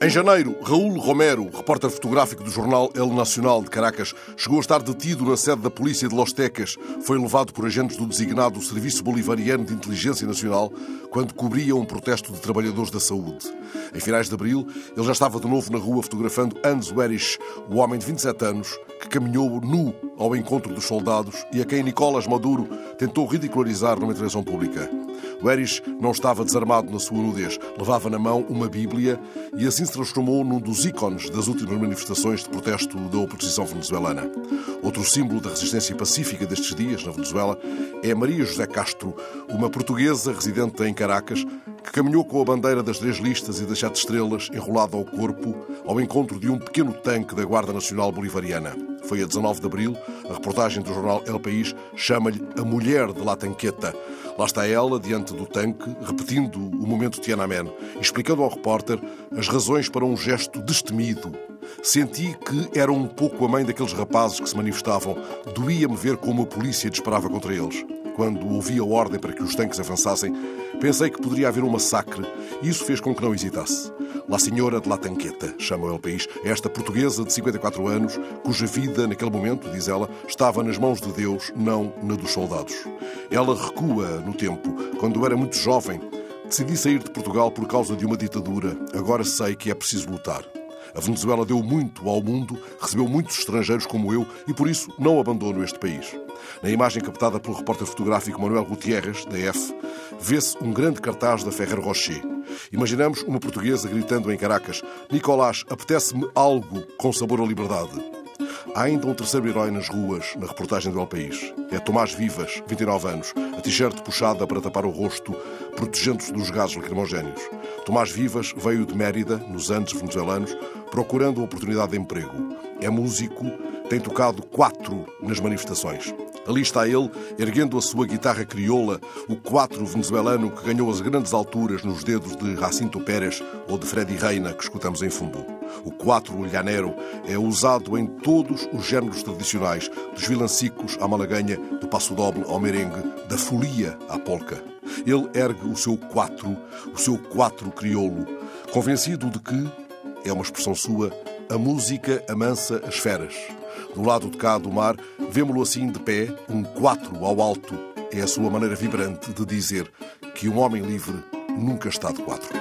Em janeiro, Raul Romero, repórter fotográfico do jornal El Nacional de Caracas, chegou a estar detido na sede da polícia de Los Teques. Foi levado por agentes do designado Serviço Bolivariano de Inteligência Nacional quando cobria um protesto de trabalhadores da saúde. Em finais de abril, ele já estava de novo na rua fotografando Hans Werich, o homem de 27 anos que caminhou nu ao encontro dos soldados e a quem Nicolás Maduro tentou ridicularizar numa intervenção pública. Werich não estava desarmado na sua nudez. Levava na mão uma Bíblia e assim se transformou num dos ícones das últimas manifestações de protesto da oposição venezuelana. Outro símbolo da resistência pacífica destes dias na Venezuela é Maria José Castro, uma portuguesa residente em Caracas, que caminhou com a bandeira das 3 listas e das 7 estrelas enrolada ao corpo ao encontro de um pequeno tanque da Guarda Nacional Bolivariana. Foi a 19 de abril, a reportagem do jornal El País chama-lhe a mulher de La Tanqueta. Lá está ela, diante do tanque, repetindo o momento Tiananmen, explicando ao repórter as razões para um gesto destemido. Senti que era um pouco a mãe daqueles rapazes que se manifestavam. Doía-me ver como a polícia disparava contra eles. Quando ouvi a ordem para que os tanques avançassem, pensei que poderia haver um massacre e isso fez com que não hesitasse. La Senhora de La Tanqueta, chama o El País, esta portuguesa de 54 anos, cuja vida, naquele momento, diz ela, estava nas mãos de Deus, não na dos soldados. Ela recua no tempo. Quando eu era muito jovem, decidi sair de Portugal por causa de uma ditadura. Agora sei que é preciso lutar. A Venezuela deu muito ao mundo, recebeu muitos estrangeiros como eu e, por isso, não abandono este país. Na imagem captada pelo repórter fotográfico Manuel Gutierrez, da EF, vê-se um grande cartaz da Ferrer Rocher. Imaginamos uma portuguesa gritando em Caracas: Nicolás, apetece-me algo com sabor à liberdade. Há ainda um terceiro herói nas ruas, na reportagem do El País. É Tomás Vivas, 29 anos, a t-shirt puxada para tapar o rosto, protegendo-se dos gases lacrimogéneos. Tomás Vivas veio de Mérida, nos Andes venezuelanos, procurando uma oportunidade de emprego. É músico, tem tocado 4 nas manifestações. Ali está ele, erguendo a sua guitarra crioula, o 4 venezuelano que ganhou as grandes alturas nos dedos de Jacinto Pérez ou de Freddy Reina, que escutamos em fundo. O 4 llanero é usado em todos os géneros tradicionais, dos vilancicos à malaganha, do passo doble ao merengue, da folia à polca. Ele ergue o seu 4 crioulo, convencido de que, é uma expressão sua, a música amansa as feras. Do lado de cá do mar, vemo-lo assim de pé, um 4 ao alto. É a sua maneira vibrante de dizer que um homem livre nunca está de 4.